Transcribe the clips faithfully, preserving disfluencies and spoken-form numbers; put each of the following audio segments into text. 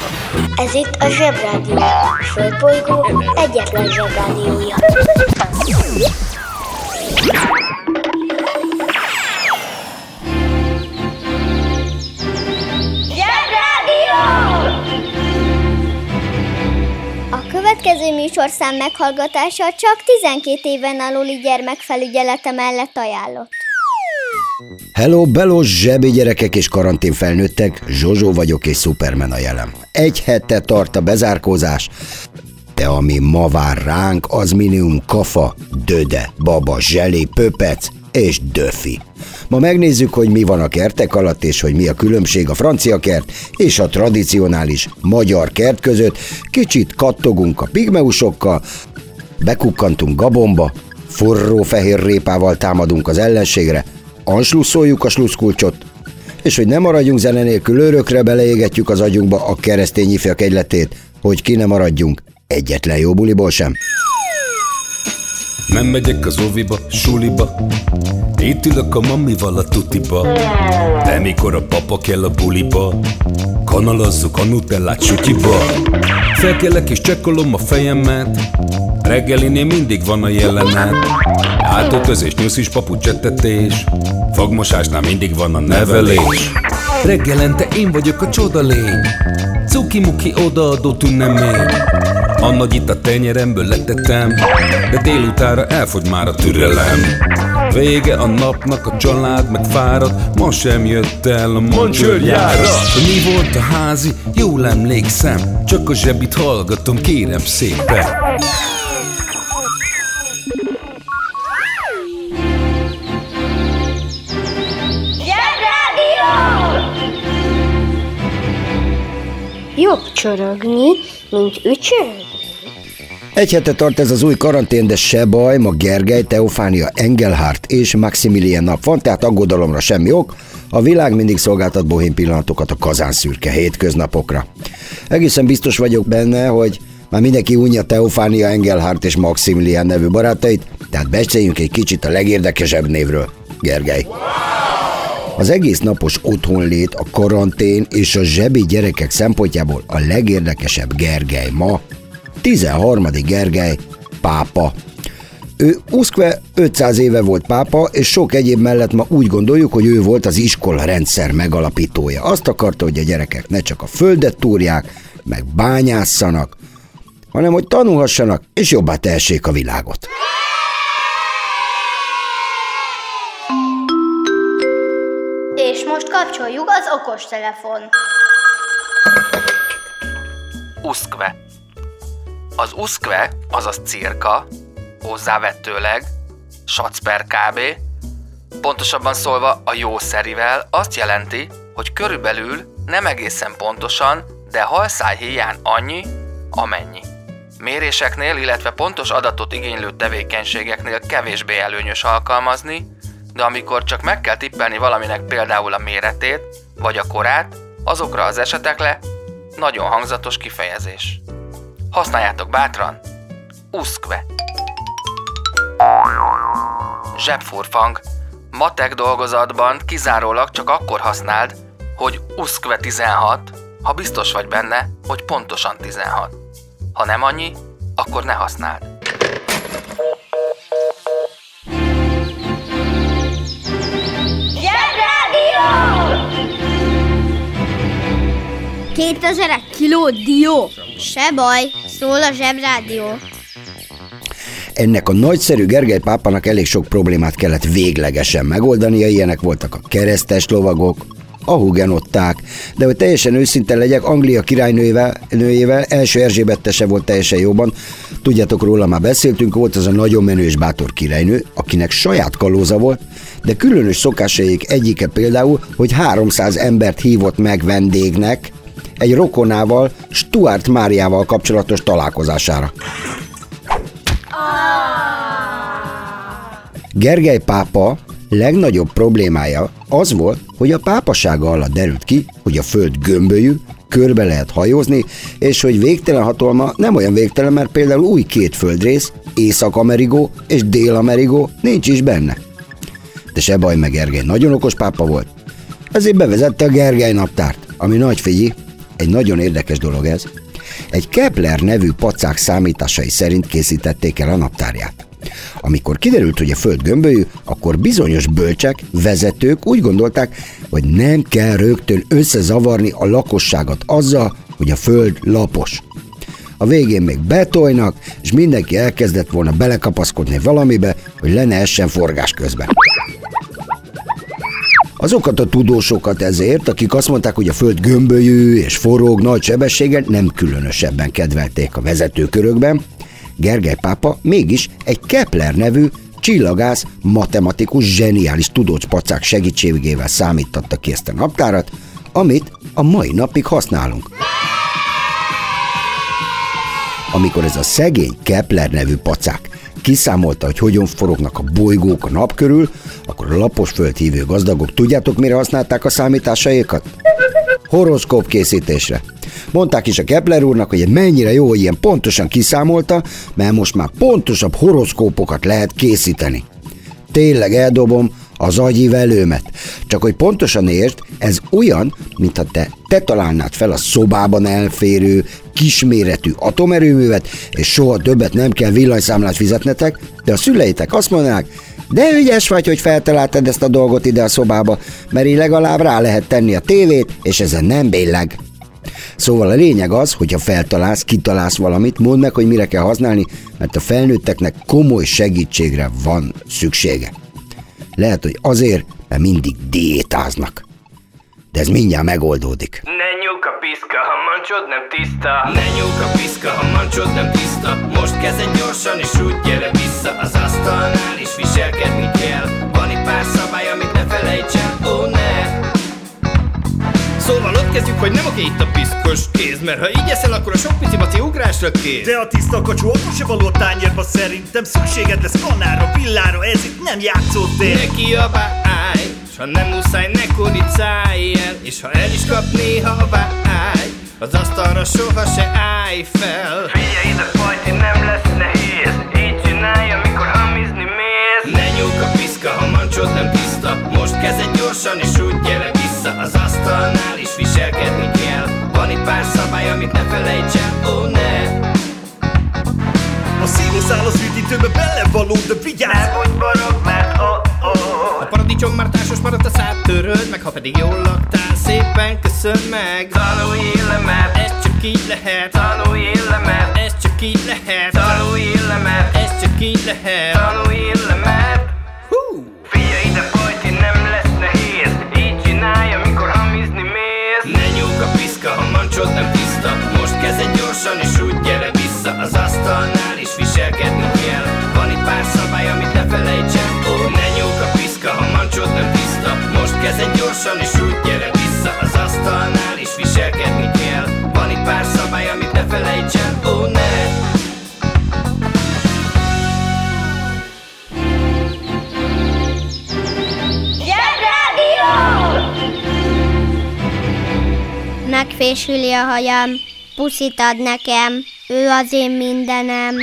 Ez itt a Zsebrádió, a Földbolygó egyetlen Zsebrádiója. Zsebrádió! A következő műsorszám meghallgatása csak tizenkét éven aluli gyermek felügyelete mellett ajánlott. Hello, bello, zsebi gyerekek és karantén felnőttek, Zsozsó vagyok és Superman a jelem. Egy hete tart a bezárkózás, de ami ma vár ránk, az minimum kafa, döde, baba, zselé, pöpec és döfi. Ma megnézzük, hogy mi van a kertek alatt, és hogy mi a különbség a francia kert és a tradicionális magyar kert között. Kicsit kattogunk a pigmeusokkal, bekukkantunk Gabonba, forró fehér répával támadunk az ellenségre, anslusszoljuk a sluszkulcsot, és hogy ne maradjunk zene nélkül örökre, beleégetjük az agyunkba a keresztény ifjak egyletét, hogy ki ne maradjunk egyetlen jó buliból sem. Nem megyek az óviba, suliba, itt ülök a mamival a tutiba, de mikor a papa kell a buliba, kanalazzuk a nutellát sütyiba. Felkelek és csekkolom a fejemet, reggelinél mindig van a jelenet. Átöltözés, nyuszis, papucsettetés, fogmosásnál mindig van a nevelés. Reggelente én vagyok a csodalény, cuki-muki odaadó tünemény. A nagy itt a tenyeremből letettem, de délutára elfogy már a türelem. Vége a napnak, a család meg fárad, ma sem jött el a mancsőrjárat. Mi volt a házi? Jól emlékszem, csak a zsebit hallgatom, kérem szépen. Jobb csorogni, mint ücsörögni. Egy hete tart ez az új karantén, de se baj, ma Gergely, Teofánia, Engelhardt és Maximilien nap van, tehát aggodalomra semmi ok, a világ mindig szolgáltat bohém pillanatokat a kazánszürke hétköznapokra. Egészen biztos vagyok benne, hogy már mindenki unja Teofánia, Engelhardt és Maximilien nevű barátait, tehát beszéljünk egy kicsit a legérdekesebb névről, Gergely. Az egész napos otthonlét, a karantén és a zsebi gyerekek szempontjából a legérdekesebb Gergely ma, tizenharmadik Gergely, pápa. Ő uszkve ötszáz éve volt pápa, és sok egyéb mellett ma úgy gondoljuk, hogy ő volt az iskola rendszer megalapítója. Azt akarta, hogy a gyerekek ne csak a földet túrják, meg bányásszanak, hanem hogy tanulhassanak, és jobbá tehessék a világot. És most kapcsoljuk az okostelefon. Uszkve. Az uszkve, azaz cirka, hozzávetőleg, sacper kb. Pontosabban szólva a jószerivel azt jelenti, hogy körülbelül nem egészen pontosan, de halszáj híján annyi, amennyi. Méréseknél, illetve pontos adatot igénylő tevékenységeknél kevésbé előnyös alkalmazni, de amikor csak meg kell tippelni valaminek például a méretét, vagy a korát, azokra az esetekre nagyon hangzatos kifejezés. Használjátok bátran, uszkve. Zsebfurfang. Matek dolgozatban kizárólag csak akkor használd, hogy uszkve tizenhat, ha biztos vagy benne, hogy pontosan tizenhat. Ha nem annyi, akkor ne használd. kétezer kiló dió. Se baj, szól a Zsebrádió. Ennek a nagyszerű Gergely pápának elég sok problémát kellett véglegesen megoldania, ilyenek voltak a keresztes lovagok, a hugenották, de hogy teljesen őszinte legyek, Anglia királynőjével nőjével, első Erzsébettel se volt teljesen jóban. Tudjátok, róla már beszéltünk, volt az a nagyon menő és bátor királynő, akinek saját kalóza volt, de különös szokásaik egyike például, hogy háromszáz embert hívott meg vendégnek egy rokonával, Stuart Máriával kapcsolatos találkozására. Gergely pápa legnagyobb problémája az volt, hogy a pápasága alatt derült ki, hogy a föld gömbölyű, körbe lehet hajózni, és hogy végtelen hatalma nem olyan végtelen, mert például új két földrész, Észak-Amerigó és Dél-Amerigó nincs is benne. De se baj, meg Gergely nagyon okos pápa volt, ezért bevezette a Gergely naptárt, ami nagy figyi, egy nagyon érdekes dolog ez. Egy Kepler nevű pacák számításai szerint készítették el a naptárját. Amikor kiderült, hogy a Föld gömbölyű, akkor bizonyos bölcsek, vezetők úgy gondolták, hogy nem kell rögtön összezavarni a lakosságot azzal, hogy a Föld lapos. A végén még betolnak, és mindenki elkezdett volna belekapaszkodni valamibe, hogy le ne essen forgás közben. Azokat a tudósokat ezért, akik azt mondták, hogy a Föld gömbölyű és forog nagy sebességgel, nem különösebben kedvelték a vezetőkörökben. Gergely pápa mégis egy Kepler nevű csillagász, matematikus, zseniális tudóspacák segítségével számítatta ki ezt a naptárat, amit a mai napig használunk. Amikor ez a szegény Kepler nevű pacák kiszámolta, hogy hogyan forognak a bolygók a nap körül, akkor a lapos föld hívő gazdagok tudjátok, mire használták a számításaikat? Horoszkóp készítésre. Mondták is a Kepler úrnak, hogy mennyire jó, hogy ilyen pontosan kiszámolta, mert most már pontosabb horoszkópokat lehet készíteni. Tényleg eldobom az agyivelőmet. Csak hogy pontosan értsd, ez olyan, mintha te, te találnád fel a szobában elférő, kisméretű atomerőművet, és soha többet nem kell villanyszámlát fizetnetek, de a szüleitek azt mondanák, de ügyes vagy, hogy feltaláltad ezt a dolgot ide a szobába, mert így legalább rá lehet tenni a tévét, és ezen nem billeg. Szóval a lényeg az, hogyha feltalálsz, kitalálsz valamit, mondd meg, hogy mire kell használni, mert a felnőtteknek komoly segítségre van szüksége. Lehet, hogy azért, mert mindig diétáznak. De ez mindjárt megoldódik. Ne nyúk a piszka, ha mancsod nem tiszta. Ne nyúk a piszka, ha mancsod nem tiszta. Most kezdj gyorsan és úgy gyere vissza. Az asztalnál is viselkedni kell. Van itt pár szabály, amit ne felejts el, ó ne. Szóval ott kezdjük, hogy nem oké itt a piszkos kéz, mert ha így eszel, akkor a sok pici-maci ugrásra kész. De a tiszta kacsú akkor se való a tányérba, szerintem szükséged lesz kanára, villára, ez itt nem játszótér. Ne kiabálj, s ha nem muszáj, ne kuricálj el, és ha el is kap néha a vágy, az asztalra soha se állj fel. Figyelj ide, pajti, nem lesz nehéz, így csinálj, amikor hamizni mész. Ne nyúk a piszka, ha mancsod nem tiszta, most kezdj gyorsan és úgy gyere vissza. Az asztalnál is viselkedni kell, van itt pár szabály, amit ne felejts el, ó ne. A színuszál az üdítőbe belevaló, de vigyázz! Ne budj barog, mert oh oh. A paradicsom már társas maradt, a szád töröld meg, ha pedig jól laktál, szépen köszönd meg. Tanulj le, mert ez csak így lehet. Tanulj le, mert ez csak így lehet. Tanulj le, mert ez csak így lehet. Tanulj le, mert hú. Figyelj ide, pajti, nem lesz nehéz, így csinálj, amikor hamizni mész. Ne nyúk a piszka, ha mancsod nem tiszta, most kezdj gyorsan és úgy gyere vissza. Az asztalnál is viselkedni kell, van itt pár szabály, amit ne felejts el, ó. Ne nyúk a piszka, ha mancsod nem tiszta, most kezdj gyorsan és úgy gyere vissza. Az asztalnál is viselkedni kell, van itt pár szabály, amit ne felejts el, ó ne. Megfésüli a hajam, puszit ad nekem, ő az én mindenem.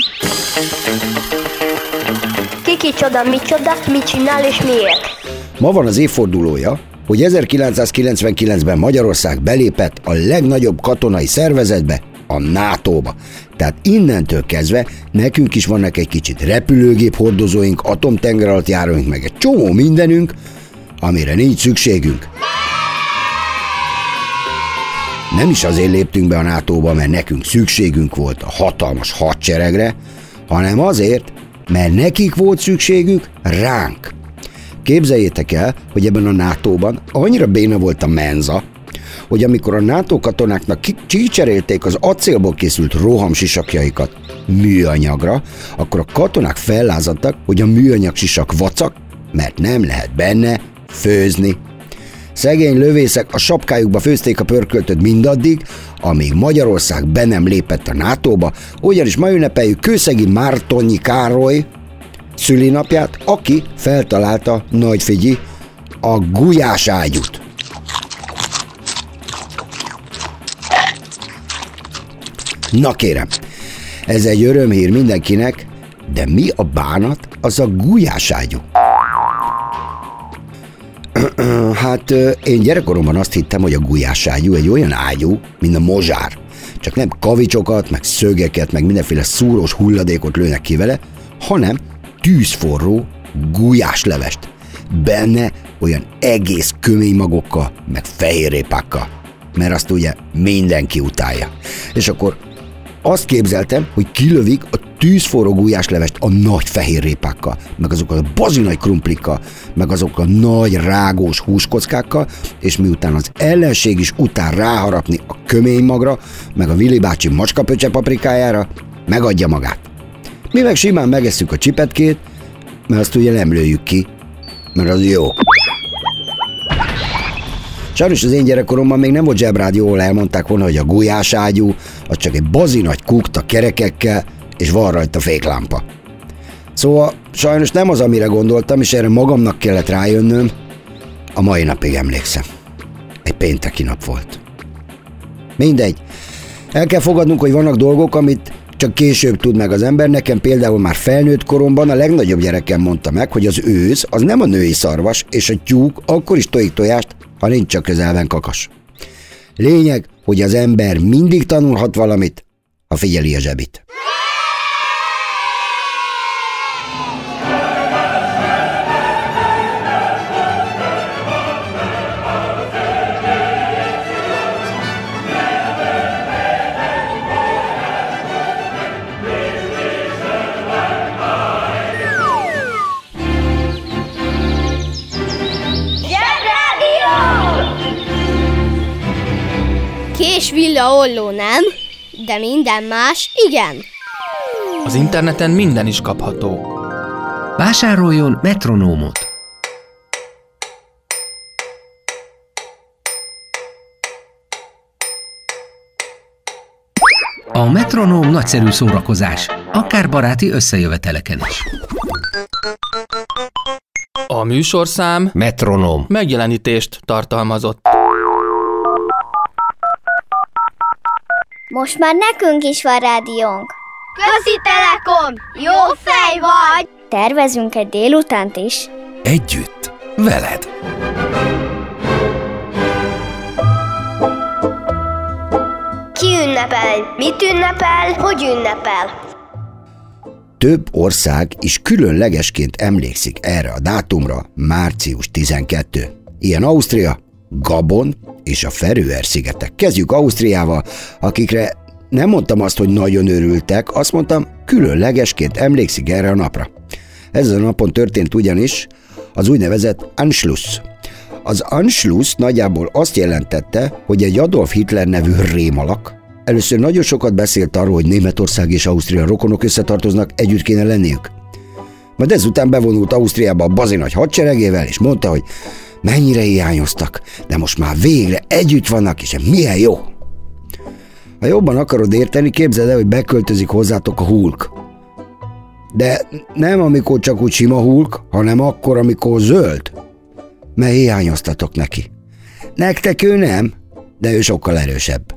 Ki kicsoda, micsoda, mit csinál és miért? Ma van az évfordulója, hogy ezerkilencszázkilencvenkilencben Magyarország belépett a legnagyobb katonai szervezetbe, a nátóba. Tehát innentől kezdve nekünk is vannak egy kicsit repülőgép hordozóink, atomtengeralattjáróink, meg egy csomó mindenünk, amire nincs szükségünk. Nem is azért léptünk be a nátóba, mert nekünk szükségünk volt a hatalmas hadseregre, hanem azért, mert nekik volt szükségük ránk. Képzeljétek el, hogy ebben a nátóban annyira béna volt a menza, hogy amikor a NATO katonáknak kicserélték az acélból készült rohamsisakjaikat műanyagra, akkor a katonák fellázadtak, hogy a műanyag sisak vacak, mert nem lehet benne főzni. Szegény lövészek a sapkájukba főzték a pörköltöt mindaddig, amíg Magyarország be nem lépett a nátóba, ugyanis ma ünnepeljük Kőszegi Mártonyi Károly szülinapját, aki feltalálta, nagy figyi, a gulyáságyút. Na kérem, ez egy örömhír mindenkinek, de mi a bánat az a gulyáságyú? Hát én gyerekkoromban azt hittem, hogy a gulyáságyú egy olyan ágyú, mint a mozsár. Csak nem kavicsokat, meg szögeket, meg mindenféle szúrós hulladékot lőnek ki vele, hanem tűzforró gulyáslevest. Benne olyan egész kömény magokkal, meg fehérrépákkal. Mert azt ugye mindenki utálja. És akkor azt képzeltem, hogy kilövik a tűzforró gulyáslevest a nagy fehérrépákkal, meg azokkal a bazinagy krumplikkal, meg azokkal a nagy rágós húskockákkal, és miután az ellenség is után ráharapni a kömény magra, meg a Vili bácsi macskapöcse paprikájára, megadja magát. Mi meg simán megesszük a csipetkét, mert azt ugye nem lőjük ki, mert az jó. Sajnos az én gyerekkoromban még nem volt zsebrádió, ahol elmondták volna, hogy a gulyáságyú az csak egy bazinagy kukta kerekekkel, és van rajta féklámpa. Szóval sajnos nem az, amire gondoltam, és erre magamnak kellett rájönnöm. A mai napig emlékszem. Egy pénteki nap volt. Mindegy. El kell fogadnunk, hogy vannak dolgok, amit csak később tud meg az ember. Nekem például már felnőtt koromban a legnagyobb gyerekem mondta meg, hogy az ősz az nem a női szarvas, és a tyúk akkor is tojik tojást, ha nincs csak közelben kakas. Lényeg, hogy az ember mindig tanulhat valamit, ha figyeli a zsebit. Kés, villa, olló nem, de minden más igen. Az interneten minden is kapható. Vásároljon metronómot! A metronóm nagyszerű szórakozás, akár baráti összejöveteleken is. A műsorszám Metronóm megjelenítést tartalmazott. Most már nekünk is van rádiónk. Köszi Telekom! Jó fej vagy! Tervezünk egy délutánt is. Együtt, veled! Ki ünnepel? Mit ünnepel? Hogy ünnepel? Több ország is különlegesként emlékszik erre a dátumra, március tizenkettő. Ilyen Ausztria, Gabon és a Feröer-szigetek. Kezdjük Ausztriával, akikre nem mondtam azt, hogy nagyon örültek, azt mondtam, különlegesként emlékszik erre a napra. Ezen a napon történt ugyanis az úgynevezett Anschluss. Az Anschluss nagyjából azt jelentette, hogy egy Adolf Hitler nevű rémalak először nagyon sokat beszélt arról, hogy Németország és Ausztria rokonok összetartoznak, együtt kéne lenniük. Majd ezután bevonult Ausztriába a bazinagy hadseregével, és mondta, hogy mennyire hiányoztak, de most már végre együtt vannak, és milyen jó. Ha jobban akarod érteni, képzeld el, hogy beköltözik hozzátok a Hulk. De nem amikor csak úgy sima Hulk, hanem akkor, amikor zöld. Mert hiányoztatok neki. Nektek ő nem, de ő sokkal erősebb.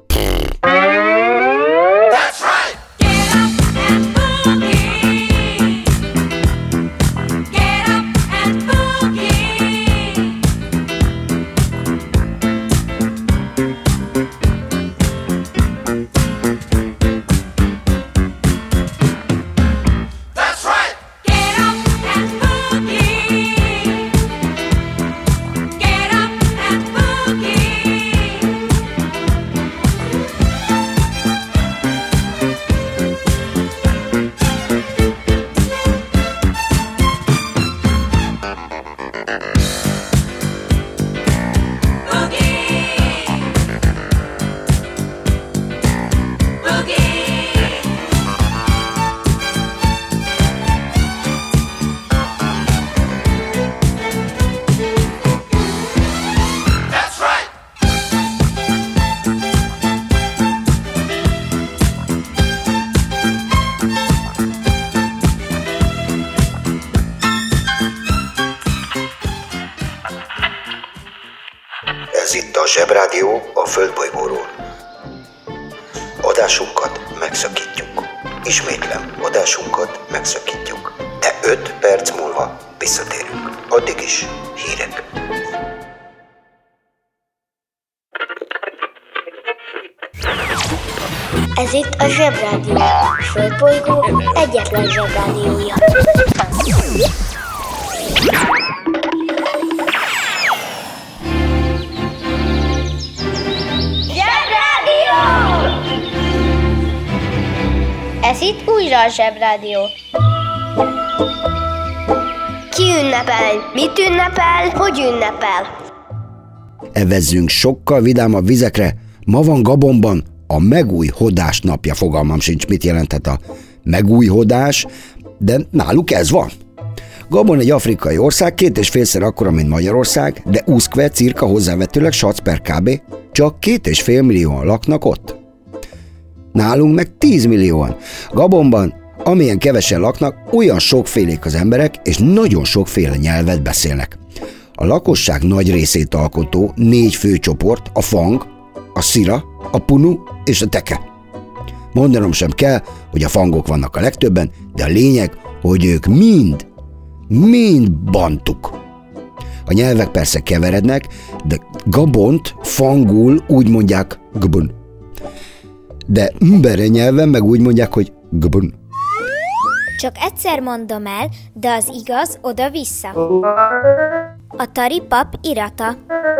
Ez itt a Zsebrádió a Földbolygóról. Adásunkat megszakítjuk. Ismétlem, adásunkat megszakítjuk. De öt perc múlva visszatérünk. Addig is hírek. Ez itt a Zsebrádió. A Földbolygó egyetlen Zsebrádiója. Zsebrádió! Ez itt újra a Zsebrádió. Ki ünnepel? Mit ünnepel? Hogy ünnepel? Evezzünk sokkal vidámabb vizekre. Ma van Gabonban a megújhodás napja. Fogalmam sincs, mit jelenthet a megújhodás, de náluk ez van. Gabon egy afrikai ország, két és félszer akkora, mint Magyarország, de Uszkve cirka hozzávetőleg sac per kb. Csak két és fél millióan laknak ott. Nálunk meg tíz millióan. Gabonban, amilyen kevesen laknak, olyan sokfélék az emberek, és nagyon sokféle nyelvet beszélnek. A lakosság nagy részét alkotó négy fő csoport, a Fang, a Szira, a Punu és a Teke. Mondanom sem kell, hogy a Fangok vannak a legtöbben, de a lényeg, hogy ők mind, mind bantuk. A nyelvek persze keverednek, de Gabont fangul úgy mondják Gbun. De mbere nyelven meg úgy mondják, hogy Gbun. Csak egyszer mondom el, de az igaz oda-vissza. A tari pap irata.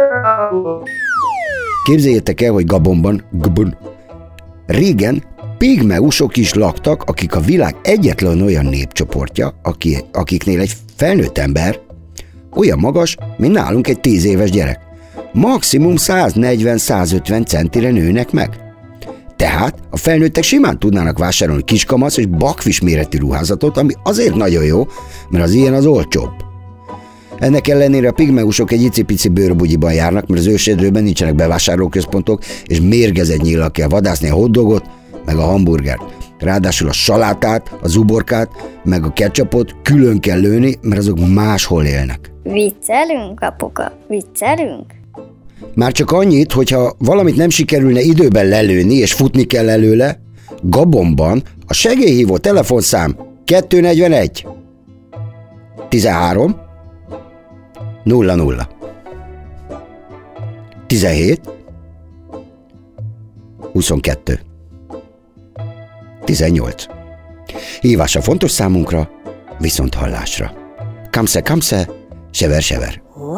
Képzeljétek el, hogy Gabonban Gbun. Régen pigmeusok is laktak, akik a világ egyetlen olyan népcsoportja, aki, akiknél egy felnőtt ember olyan magas, mint nálunk egy tíz éves gyerek. Maximum száznegyven-százötven centire nőnek meg. Tehát a felnőttek simán tudnának vásárolni kiskamasz és bakfis méretű ruházatot, ami azért nagyon jó, mert az ilyen az olcsóbb. Ennek ellenére a pigmeusok egy icipici bőrbugyiban járnak, mert az ősidőben nincsenek bevásárlóközpontok, és mérgezett nyíllal kell vadászni a hotdogot, meg a hamburgert. Ráadásul a salátát, az uborkát, meg a ketchupot külön kell lőni, mert azok máshol élnek. Viccelünk, apuka, viccelünk? Már csak annyit, hogyha valamit nem sikerülne időben lelőni, és futni kell előle, Gabonban a segélyhívó telefonszám kettőnegyvenegy tizenhárom nulla nulla tizenhét huszonkettő tizennyolc. Hívása fontos számunkra, viszont hallásra. Kamsze, kamsze, sever, sever.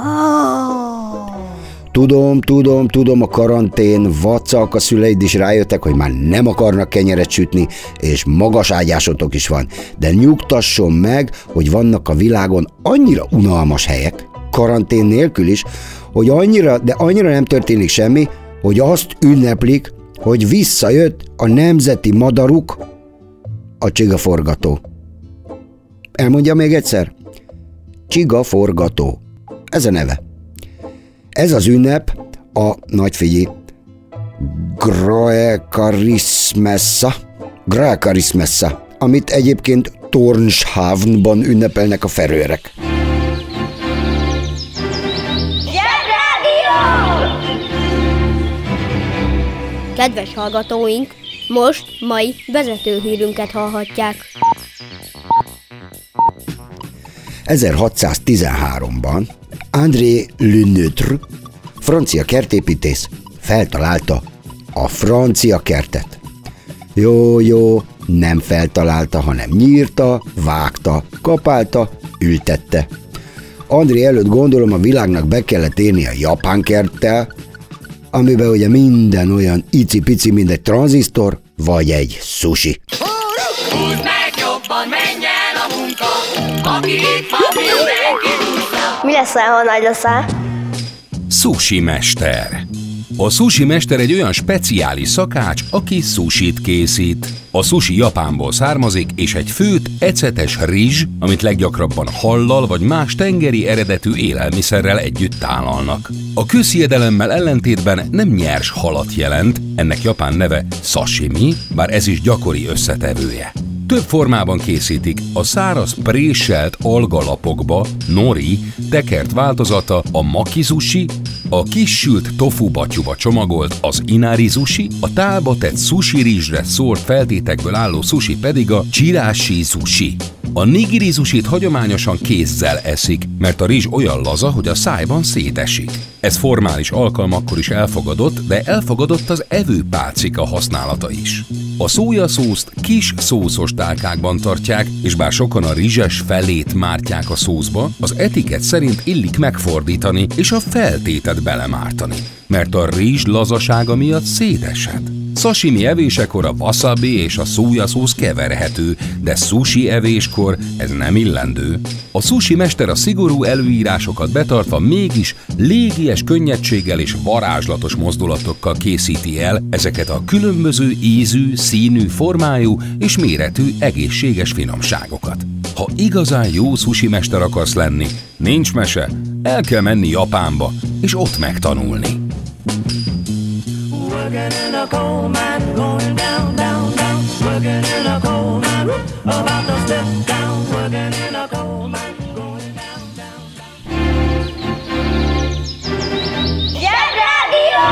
Tudom, tudom, tudom, a karantén, vacak, a szüleid is rájöttek, hogy már nem akarnak kenyeret sütni, és magas ágyásotok is van. De nyugtasson meg, hogy vannak a világon annyira unalmas helyek, karantén nélkül is, hogy annyira, de annyira nem történik semmi, hogy azt ünneplik, hogy visszajött a nemzeti madaruk, a csigaforgató. Elmondja még egyszer? Csigaforgató. Ez a neve. Ez az ünnep a, nagy figyelj, Groekarismessa, Groekarismessa, amit egyébként Tornshavnban ünnepelnek a ferőrek. Kedves hallgatóink, most mai vezetőhírünket hallhatják. ezerhatszáztizenháromban André Lenôtre, francia kertépítész, feltalálta a francia kertet. Jó, jó, nem feltalálta, hanem nyírta, vágta, kapálta, ültette. André előtt gondolom a világnak be kellett érni a japán kerttel, amiben ugye minden olyan icipici, mint egy tranzisztor, vagy egy sushi. Húzd meg jobban, menj el a munka, aki itt van, mindenki húzza. Mi leszel, ha nagy leszel? Sushi mester. A sushi mester egy olyan speciális szakács, aki sushit készít. A sushi Japánból származik, és egy főt, ecetes rizs, amit leggyakrabban hallal vagy más tengeri eredetű élelmiszerrel együtt tálalnak. A közhiedelemmel ellentétben nem nyers halat jelent, ennek japán neve sashimi, bár ez is gyakori összetevője. Több formában készítik, a száraz préselt algalapokba, nori, tekert változata a maki sushi, a kisült tofu batyuba csomagolt az inari sushi, a tálba tett sushi rizsre szórt feltétekből álló sushi pedig a chirashi sushi. A nigiri sushit hagyományosan kézzel eszik, mert a rizs olyan laza, hogy a szájban szétesik. Ez formális alkalmakkor is elfogadott, de elfogadott az evőpálcika használata is. A szójaszószt kis szószos tálkákban tartják, és bár sokan a rizses felét mártják a szószba, az etikett szerint illik megfordítani és a feltétet belemártani, mert a rizs lazasága miatt széteshet. Sashimi evésekor a wasabi és a szójaszósz keverhető, de sushi evéskor ez nem illendő. A sushi mester a szigorú előírásokat betartva mégis légies könnyedséggel és varázslatos mozdulatokkal készíti el ezeket a különböző ízű, színű, formájú és méretű egészséges finomságokat. Ha igazán jó sushi mester akarsz lenni, nincs mese, el kell menni Japánba és ott megtanulni. Working in a coal mine, going down, down, down. Working in a coal mine, about to step down. Working in a coal mine, going down, down, down. Zsebrádió!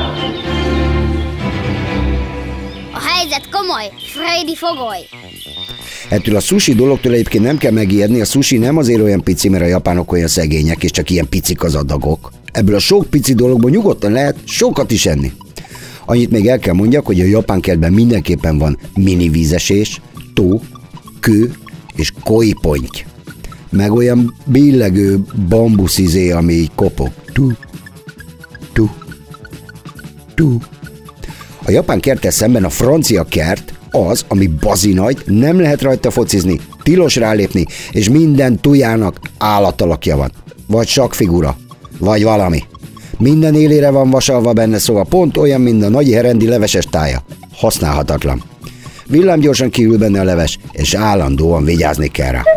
A helyzet komoly, Freddy fogoly! Ettől a sushi dologtól egyébként nem kell megijedni, a sushi nem azért olyan pici, mert a japánok olyan szegények, és csak ilyen picik az adagok. Ebből a sok pici dologból nyugodtan lehet sokat is enni. Annyit még el kell mondjak, hogy a japán kertben mindenképpen van mini vízesés, tó, kő és koi-ponty. Meg olyan billegő bambuszizé, ami így kopog. Tú, tú, tú. A japán kerttel szemben a francia kert az, ami bazinagy, nem lehet rajta focizni, tilos rálépni, és minden tujának állatalakja van. Vagy sakfigura, vagy valami. Minden élére van vasalva benne, szóval pont olyan, mint a nagy herendi leveses tája. Használhatatlan. Villámgyorsan kiül benne a leves, és állandóan vigyázni kell rá.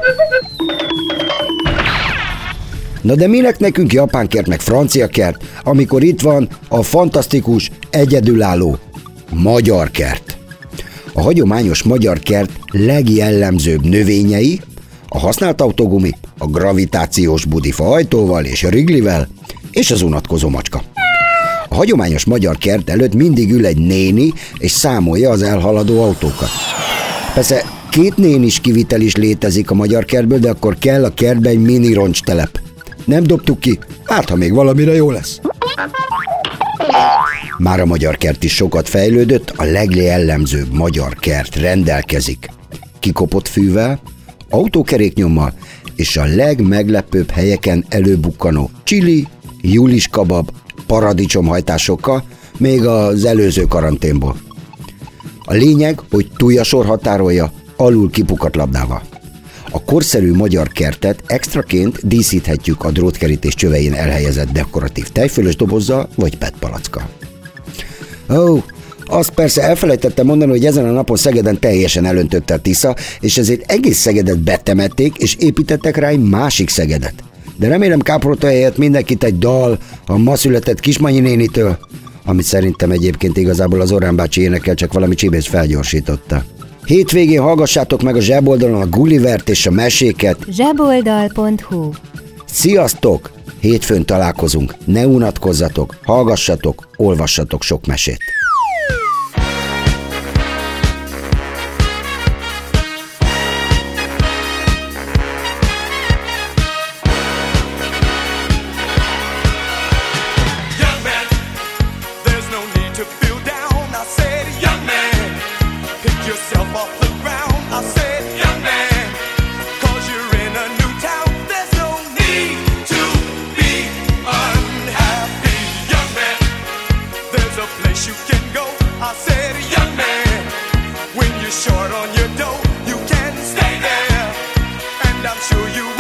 Na de minek nekünk japán kert meg francia kert, amikor itt van a fantasztikus, egyedülálló magyar kert? A hagyományos magyar kert legjellemzőbb növényei a használt autógumi, a gravitációs budifa ajtóval és a riglivel, és az unatkozó macska. A hagyományos magyar kert előtt mindig ül egy néni, és számolja az elhaladó autókat. Persze két nénis kivitel is létezik a magyar kertből, de akkor kell a kertbe egy mini roncstelep. Nem dobtuk ki, hát ha még valamire jó lesz. Már a magyar kert is sokat fejlődött, a legjellemzőbb magyar kert rendelkezik kikopott fűvel, autókeréknyommal és a legmeglepőbb helyeken előbukkanó csili, julis kabab, paradicsomhajtásokkal, még az előző karanténból. A lényeg, hogy tujasor határolja alul kipukat labdával. A korszerű magyar kertet extraként díszíthetjük a drótkerítés csövein elhelyezett dekoratív tejfölös dobozzal vagy petpalackkal. Ó, oh, azt persze elfelejtettem mondani, hogy ezen a napon Szegeden teljesen elöntötte a Tisza, és ezért egész Szegedet betemették, és építettek rá egy másik Szegedet. De remélem káprolta helyett mindenkit egy dal a ma született Kismanyi nénitől, amit szerintem egyébként igazából az Orrán bácsi énekel, csak valami csibész felgyorsította. Hétvégén hallgassátok meg a Zseboldalon a Gullivert és a meséket. zseboldal pont hu. Sziasztok! Hétfőn találkozunk, ne unatkozzatok, hallgassatok, olvassatok sok mesét. Short on your dough, you can stay there, and I'm sure you